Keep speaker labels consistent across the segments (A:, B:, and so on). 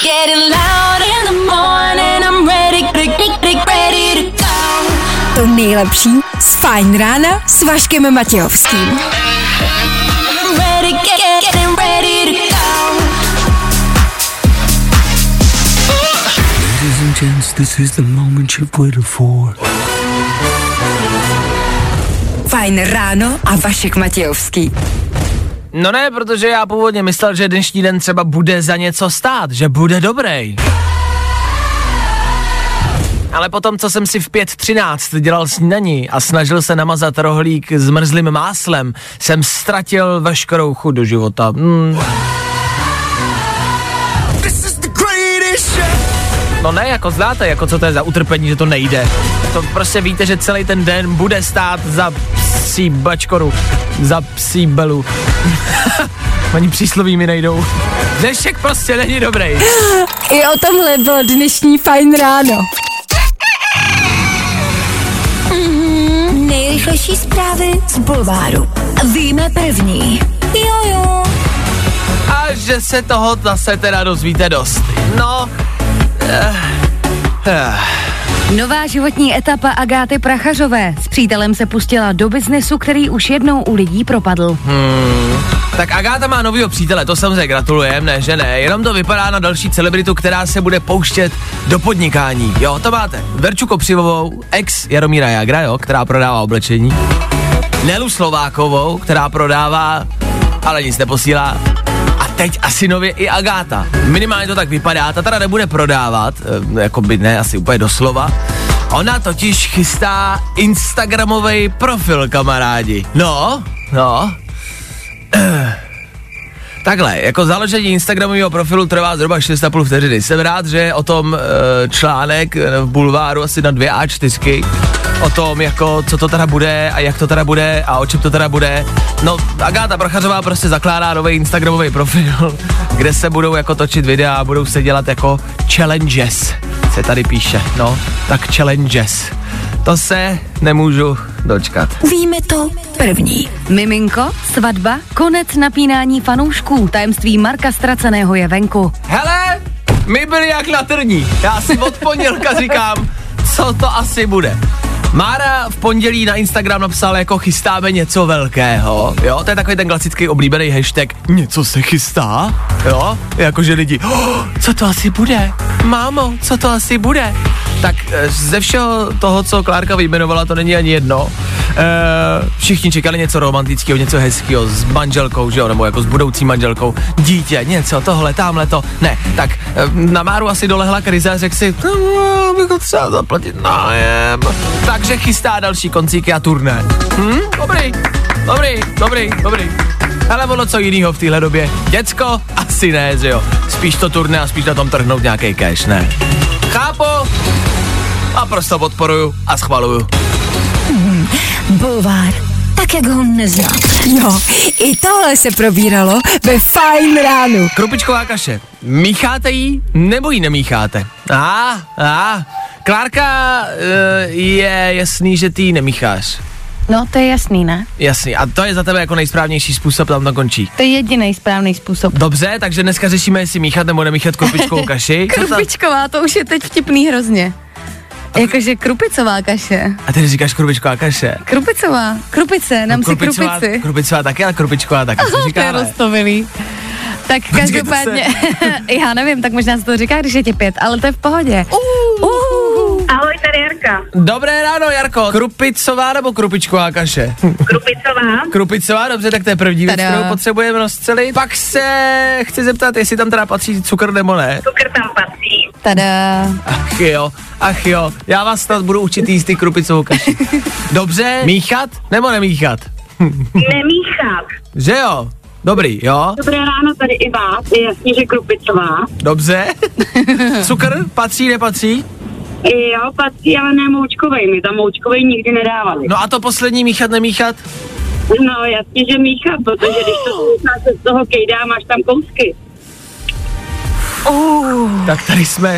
A: To nejlepší z Fajn rána s Vaškem Matějovským.
B: Ladies and gents, this is the moment you've waited for.
A: Fajn ráno a Vašek Matějovský.
C: No ne, protože já původně myslel, že dnešní den třeba bude za něco stát, že bude dobrý. Ale potom, co jsem si v 5:13 dělal snídani a snažil se namazat rohlík s mrzlým máslem, jsem ztratil veškerou chuť do života. No ne, jako znáte, jako co to je za utrpení, že to nejde. To prostě víte, že celý ten den bude stát za psí bačkoru, za psí belu. Ani přísloví mi nejdou. Dnešek prostě není dobrý.
A: I o tomhle bylo dnešní Fajn ráno. Nejrychlejší zprávy z bulváru. Víme první. Jo.
C: A že se toho zase teda dozvíte dost. No.
D: Nová životní etapa Agáty Prachařové. S přítelem se pustila do biznesu, který už jednou u lidí propadl.
C: Tak Agáta má novýho přítele, to samozřejmě gratulujem, ne, že ne, jenom to vypadá na další celebritu, která se bude pouštět do podnikání. Jo, to máte Verču Kopřivovou, ex Jaromíra Jágra, jo, která prodává oblečení, Nelu Slovákovou, která prodává, ale nic neposílá, a teď asi nově i Agáta. Minimálně to tak vypadá, ta teda nebude prodávat, jako by ne, asi úplně doslova. Ona totiž chystá instagramový profil, kamarádi. No. Takhle, jako založení instagramového profilu trvá zhruba 6,5 vteřiny. Jsem rád, že o tom článek v bulváru asi na 2 A4 o tom, jako co to teda bude a jak to teda bude a o čem to teda bude. No, Agáta Prachařová prostě zakládá nový instagramový profil, kde se budou jako točit videa a budou se dělat jako challenges, se tady píše, no, tak challenges. To se nemůžu dočkat.
A: Víme to první.
D: Miminko, svatba, konec napínání fanoušků. Tajemství Marka Ztraceného je venku.
C: Hele, my byli jak na trní. Já si od pondělka říkám, co to asi bude. Mára v pondělí na Instagram napsal, jako chystáme něco velkého, jo, to je takový ten klasický oblíbený hashtag, něco se chystá, jo, jakože lidi, co to asi bude, mámo, co to asi bude, tak ze všeho toho, co Klárka vyjmenovala, to není ani jedno, všichni čekali něco romantického, něco hezkého s manželkou, že jo, nebo jako s budoucí manželkou, dítě, něco, tohle, tamhleto, ne, tak na Máru asi dolehla krize a řekl si, bych třeba zaplatit nájem, takže chystá další koncíky a turné. Dobrý. Ale ono co jinýho v téhle době. Děcko? Asi ne, že jo. Spíš to turné a spíš na tom trhnout nějaký cash, ne. Chápu a prostě podporuju a schvaluju.
A: Bulvár, tak jak ho neznám. Jo, i tohle se probíralo ve Fajn ránu.
C: Krupičková kaše. Mícháte jí nebo ji nemícháte? Klárka, je jasný, že ty ji nemícháš.
D: No, to je jasný, ne?
C: Jasný, a to je za tebe jako nejsprávnější způsob, tam to končí.
D: To je jediný správný způsob.
C: Dobře, takže dneska řešíme, jestli míchat nebo nemíchat krupičkovou kaši.
D: Krupičková, to už je teď vtipný hrozně. Jakože krupicová kaše.
C: A ty říkáš krupičková kaše?
D: Krupicová, krupice, nám si krupici.
C: Krupicová taky, ale krupičková taky se říká.
D: To je roztomilý. Tak každopádně, já nevím, tak možná se to říká, když je tě 5, ale to je v pohodě.
E: Ahoj, tady Jarka.
C: Dobré ráno, Jarko. Krupicová nebo krupičková kaše? Krupicová, dobře, tak to je první věc, kterou potřebujeme rozcelit. Pak se chci zeptat, jestli tam teda patří cukr nebo ne.
E: Cukr tam patří.
D: Tada.
C: Ach jo, já vás snad budu učit jíst krupicovou kaši. Dobře, míchat nebo nemíchat?
E: Nemíchat.
C: Že jo? Dobrý, jo?
E: Dobré ráno tady i vás, je jasně, že krupicová.
C: Dobře. Cukr patří, nepatří?
E: Jo, patří, ale ne moučkovej, my tam moučkovej nikdy nedávali.
C: No a to poslední míchat, nemíchat?
E: No jasně, že míchat, protože když to mícháte z toho kejda, máš tam kousky.
C: Tak tady jsme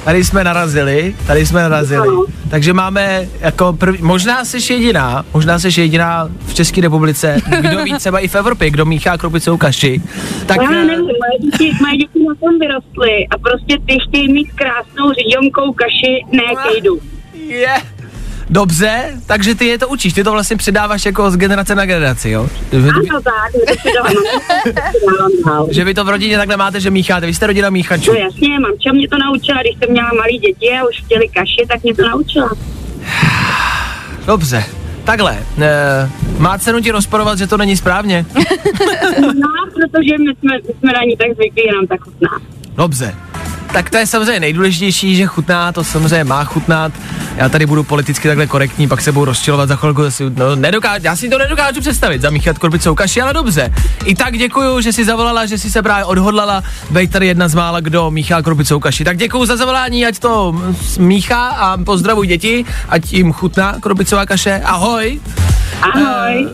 C: tady jsme narazili, takže máme jako možná seš jediná v České republice, kdo ví, třeba i v Evropě, kdo míchá krupicovou kaši. Tak,
E: já nevím, moje děti na tom vyrostly a prostě ty chtějí mít krásnou řiďonkou kaši, ne kejdu.
C: Dobře, takže ty je to učíš, ty to vlastně předáváš jako z generace na generaci, jo?
E: Ano, tak, to předávám.
C: Že vy to v rodině takhle máte, že mícháte, vy jste rodina míchačů.
E: No jasně, mamča mě to naučila, když jsem měla malý děti a už chtěli kaši, tak mě to naučila.
C: Dobře, takhle, má cenu ti rozporovat, že to není správně?
E: No, protože my jsme na ní tak zvyklí, nám tak chutná.
C: Dobře. Tak to je samozřejmě nejdůležitější, že chutná, to samozřejmě má chutnat. Já tady budu politicky takhle korektní, pak se budu rozčilovat za chvilku, já si to nedokážu představit, zamíchat krupicovou kaši, ale dobře. I tak děkuju, že jsi zavolala, že jsi se právě odhodlala, bejt tady jedna z mála, kdo míchá krupicovou kaši. Tak děkuju za zavolání, ať to míchá a pozdravuj děti, ať jim chutná krupicová kaše. Ahoj.
E: Ahoj.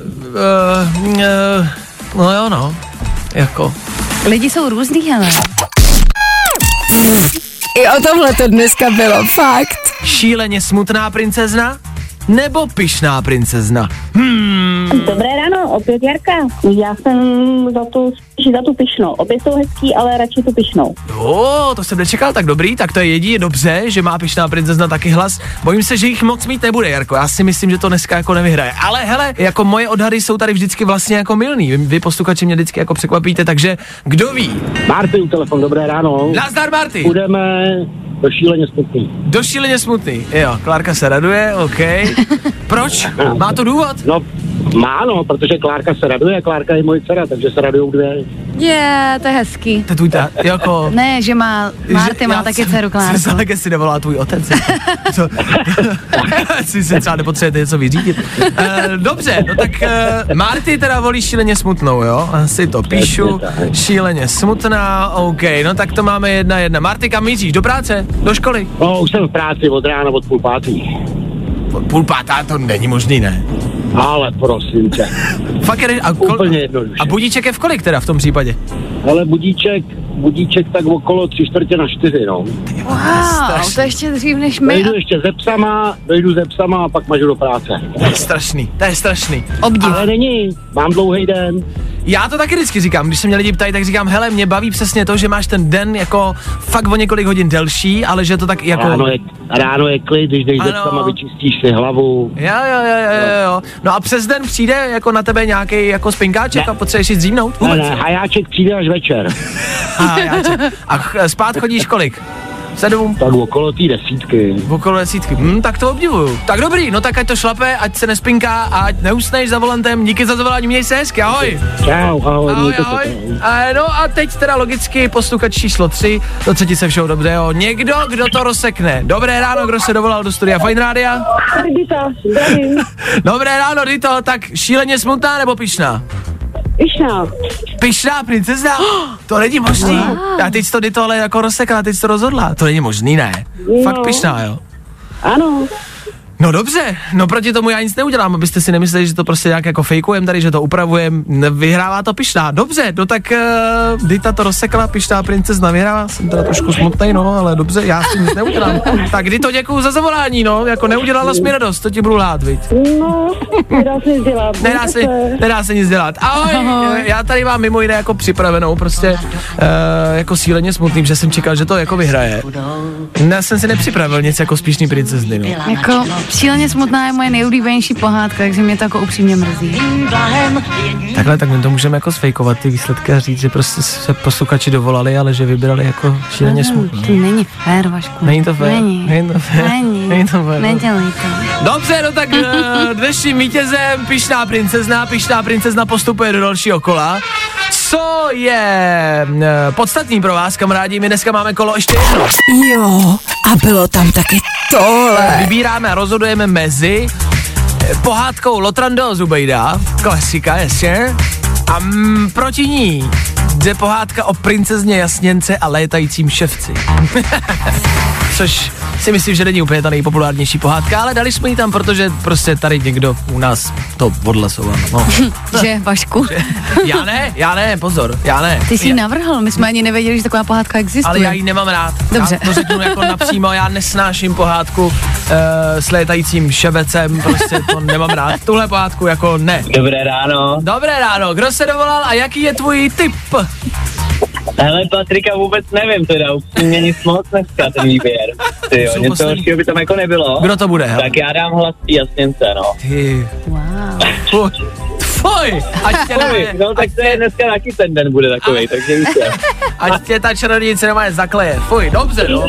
C: No jo, no, jako.
D: Lidi jsou různý, ale...
A: I o tomhle to dneska bylo, fakt.
C: Šíleně smutná princezna nebo pyšná princezna?
F: Dobré ráno, opět Jarka. Já jsem za tu pyšnou. Obě jsou hezký, ale radši tu pyšnou.
C: To jsem nečekal, tak dobrý, tak to je jedině dobře, že má pyšná princezna taky hlas. Bojím se, že jich moc mít nebude, Jarko. Já si myslím, že to dneska jako nevyhraje. Ale hele, jako moje odhady jsou tady vždycky vlastně jako mylný. Vy posluchači mě vždycky jako překvapíte, takže kdo ví?
G: Martin, telefon, dobré ráno.
C: Nazdar, Martin.
G: Budeme do šíleně smutný.
C: Do šíleně smutný, jo, Klárka se raduje, OK. Proč? Má to důvod?
G: No, má no, protože Klárka se raduje, Klárka je moje dcera, takže se radujou dvě.
D: To je hezký.
C: To je tvůj jako...
D: Ne, že Marty má taky dceru Klárku.
C: Jsem si nevolá tvůj otec. Si se třeba nepotřebujete něco vyřídit. Dobře, no tak Marty teda volí šíleně smutnou, jo? Asi to píšu. Šíleně smutná, OK, no tak to máme 1-1. Marty, kam míříš? Do práce? Do školy?
G: No, už jsem v práci od rána od 4:30.
C: Od 4:30 to není možný, ne?
G: Ale prosím tě.
C: Fakt je,
G: úplně jednoduše.
C: A budíček je v kolik teda v tom případě?
G: Ale budíček tak okolo 3:45, no.
D: Wow, to ještě dřív než my.
G: Dojdu ze psama a pak mažu do práce.
C: To je strašný.
D: Obdiv.
G: Ale není, mám dlouhý den.
C: Já to taky vždycky říkám, když se mě lidi ptají, tak říkám, hele, mě baví přesně to, že máš ten den jako fakt o několik hodin delší, ale že to tak jako...
G: Ráno je klid, když jdeš ze psama, vyčistíš si hlavu.
C: Jo. No a přes den přijde jako na tebe nějaký jako spinkáček a potřebuješ jít zřímnout?
G: Ne, hajáček přijde až večer.
C: A spát chodíš kolik? 7?
G: Tak okolo té 10.
C: Tak to obdivuju. Tak dobrý, no tak ať to šlape, ať se nespinká a ať neusneš za volantem. Díky za zavolání, měj se hezky, ahoj.
G: Čau, ahoj.
C: No a teď teda logicky posluchač číslo 3, do třetí se všeho dobře, jo. Někdo, kdo to rozsekne. Dobré ráno, kdo se dovolal do studia Fajn rádia? Dobré ráno, Dito, tak šíleně smutná nebo pyšná? Pyšná princezna? To není možný. Wow. Já teď to Dito ale jako rozsekla, teď to rozhodla. To není možný, ne? Fakt pyšná, jo?
F: Ano.
C: No dobře, no proti tomu já nic neudělám, abyste si nemysleli, že to prostě nějak jako fejkujem tady, že to upravujem, vyhrává to pyšná. Dobře, no tak Dita to rozsekla, pyšná princezna vyhrává, jsem teda trošku smutnej, no, ale dobře, já si nic neudělám. Tak Dito, děkuju za zavolání, no, jako neudělala jsi mi radost, to ti budu lhát, viď?
F: No, nedá se nic dělat.
C: Nedá se nic dělat. Ahoj, já tady mám mimo jiné jako připravenou prostě jako šíleně smutným, že jsem čekal, že to jako vyhraje. Já jsem si nepřipravil nic jako spíšný princezny, no.
D: Jako šíleně smutná je moje nejoblíbenější pohádka, takže mě to jako upřímně mrzí.
C: Takhle, tak my to můžeme jako sfejkovat ty výsledky a říct, že prostě se posluchači dovolali, ale že vybrali jako šíleně smutnou.
D: To není fér, Vašku.
C: Není to fér. Není to fér.
D: Nedělej to.
C: Dobře, no tak dnešním vítězem pyšná princezna postupuje do dalšího kola. Co je podstatný pro vás, kamarádi, my dneska máme kolo ještě jedno.
A: Jo, a bylo tam taky tohle.
C: Vybíráme a rozhodujeme mezi pohádkou Lotrando Zubejda, klasika, jasně, a proti ní jde pohádka o princezně Jasněnce a létajícím ševci. což si myslím, že není úplně ta nejpopulárnější pohádka, ale dali jsme ji tam, protože prostě tady někdo u nás to odhlasoval. No.
D: Že, Vašku?
C: Já ne, pozor, já ne.
D: Ty jsi ji navrhl, my jsme ani nevěděli, že taková pohádka existuje.
C: Ale já ji nemám rád.
D: Dobře.
C: Já to řeknu jako napřímo, já nesnáším pohádku s létajícím šebecem, prostě to nemám rád. Tuhle pohádku jako ne.
H: Dobré ráno.
C: Dobré ráno, kdo se dovolal a jaký je tvůj tip?
H: Hele, Patrika vůbec nevím, teda upřímně nic moc dneska ten výběr. Tyjo, něco horšího by tam jako nebylo.
C: Kdo to bude?
H: Tak já dám hlas Jasněnce, no.
C: Ty.
D: Wow.
C: Fuj, ať tě ne.
H: No tak to je dneska taky ten den bude takovej, takže víte.
C: Ať tě ta čarodějnice nemá zakleje. Fuj, dobře, no.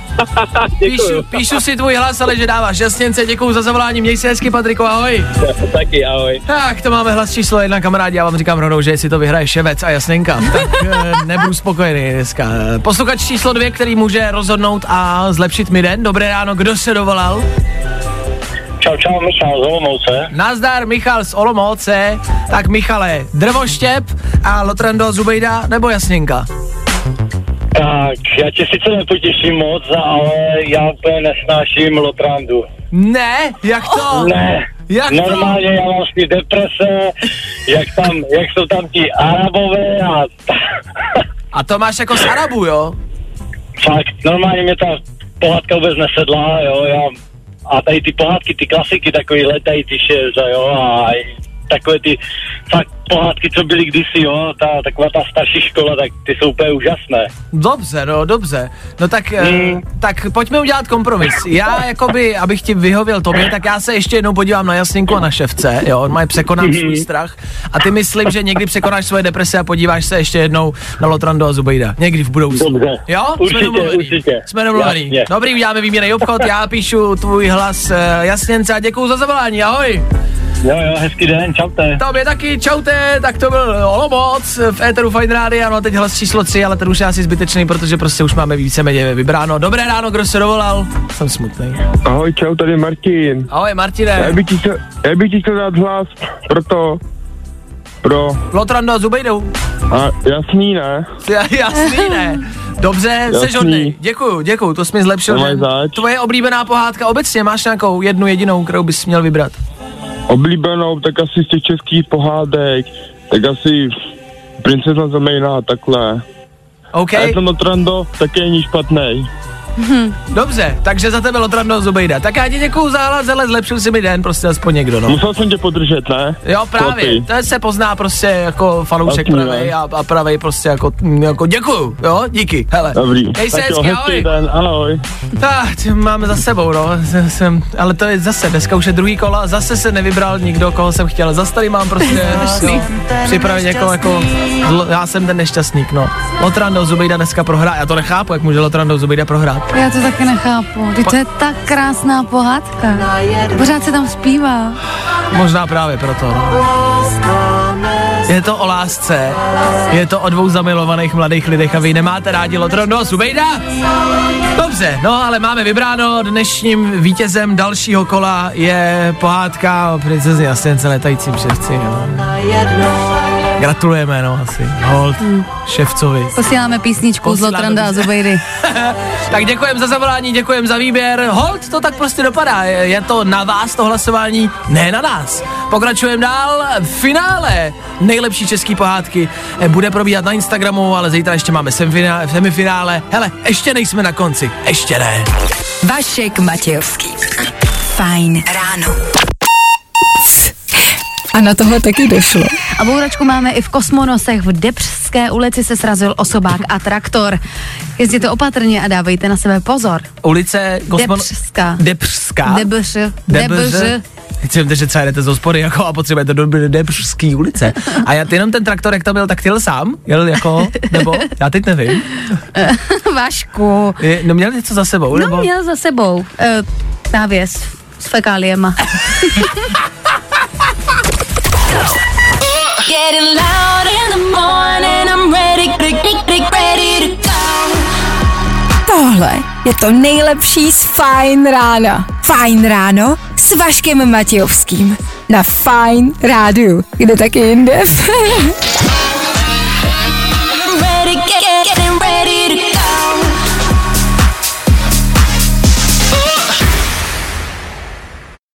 C: Píšu si tvůj hlas, ale že dáváš Jasněnce, děkuju za zavolání, měj se hezky, Patriku, ahoj.
H: Taky, ahoj.
C: Tak, to máme hlas číslo 1, kamarádi, já vám říkám rovnou, že si to vyhraje Ševec a Jasněnka, tak nebudu spokojený dneska. Posluchač číslo 2, který může rozhodnout a zlepšit mi den, dobré ráno, kdo se dovolal?
G: Čau, Michal z Olomouce.
C: Nazdar, Michal z Olomouce. Tak Michale, Drvoštěp a Lotrando Zubejda nebo Jasněnka?
G: Tak, já tě sice nepotěším moc, ale já úplně nesnáším Lotrandu.
C: Ne, jak to?
G: Ne,
C: jak
G: normálně já mám spíš deprese, jak jsou tam ti Arabové
C: A to máš jako z Arabu, jo?
G: Fakt, normálně mě ta pohádka vůbec nesedla, jo, a tady ty pohádky, ty klasiky, takový letající šéza, jo, a takové ty fakt pohádky, co byly kdysi, jo, taková ta starší škola, tak ty jsou úplně úžasné.
C: Dobře, no, dobře. No tak, tak pojďme udělat kompromis. Já, jakoby, abych ti vyhověl tobě, tak já se ještě jednou podívám na Jasněnku a na Ševce, jo, on má překonám svůj strach a ty myslím, že někdy překonáš svoje deprese a podíváš se ještě jednou na Lotrando a Zubejda. Někdy v budoucnu.
G: Dobře.
C: Jo?
G: Určitě.
C: Jsme domluvení. Dobrý, uděláme výměnný obchod, já píšu tvůj hlas Jasněnce a děkuju za zavolání, ahoj.
G: Jo, hezký den, čaute.
C: Tobě taky, čaute, tak to byl Olomouc v éteru Fajn Rádia, no teď hlas číslo 3, ale ten už je asi zbytečný, protože prostě už máme víceméně vybráno. Dobré ráno, kdo se dovolal? Jsem smutný.
I: Ahoj, čau, tady Martin.
C: Ahoj, Martine.
I: Já bych ti chtěl dát hlas pro
C: Lotrando a Zubejdu.
I: A jasný, ne?
C: Jasný, ne. Dobře, seš hodnej. Děkuju, to jsi mi zlepšil. Tvoje oblíbená pohádka obecně, máš nějakou jednu jedinou, kterou bys měl vybrat?
I: Oblíbenou, tak asi z těch českých pohádek, tak asi Princezna Zamejná, takhle.
C: OK.
I: A ten Lotrando taky není špatnej.
C: Dobře, takže za tebe Lotrando Zubejda. Tak já ti děkuju za hlas, ale zlepšil si mi den, prostě aspoň někdo, no.
I: Musel jsem tě podržet, ne?
C: Jo, právě, to se pozná prostě jako fanoušek pravej a pravej prostě jako děkuju, jo, díky, hele.
I: Dobrý.
C: Dej se hezky, ahoj.
I: Den, ahoj.
C: Tak, máme za sebou, no, ale to je zase, dneska už je druhý kolo a zase se nevybral nikdo, koho jsem chtěl, zase tady mám prostě, připravit někoho jako, já jsem ten nešťastník, no. Lotrando Zubejda dneska prohrá, já to nechápu, jak může Lotrando Zubejda prohrát.
D: Já to taky nechápu. To je tak krásná pohádka. Pořád se tam zpívá.
C: Možná právě proto. Je to o lásce, je to o dvou zamilovaných mladých lidech a vy nemáte rádi Lotrando Zubejda? Dobře, no ale máme vybráno, dnešním vítězem dalšího kola je pohádka o princezně Jasněnce letajícím ševci. No. Gratulujeme, no asi. Hold, Ševcovi.
D: Posíláme písničku z Lotranda a Zubejdy.
C: Tak děkujem za zavolání, děkujem za výběr. Hold, to tak prostě dopadá. Je to na vás to hlasování, ne na nás. Pokračujeme dál. Finále nejlepší český pohádky bude probíhat na Instagramu, ale zítra ještě máme semifinále. Hele, ještě nejsme na konci. Ještě ne.
A: Vašek Matějovský. Fajn ráno. A na tohle taky došlo.
D: A bouračku máme i v Kosmonosech. V Debřské ulici se srazil osobák a traktor. Jezděte opatrně a dávejte na sebe pozor.
C: Ulice
D: Debřská.
C: Chci že třeba jdete z hospody jako a potřebujete do Debřský ulice. A jenom ten traktor, jak to byl, tak ty jel sám? Jel jako, nebo? Já teď nevím.
D: Vašku.
C: No měl něco za sebou, nebo?
D: No měl za sebou. Návěs s fekáliema.
A: Tohle je to nejlepší z Fajn rána. Fajn ráno s Vaškem Matějovským. Na Fajn rádiu. Kde taky jinde?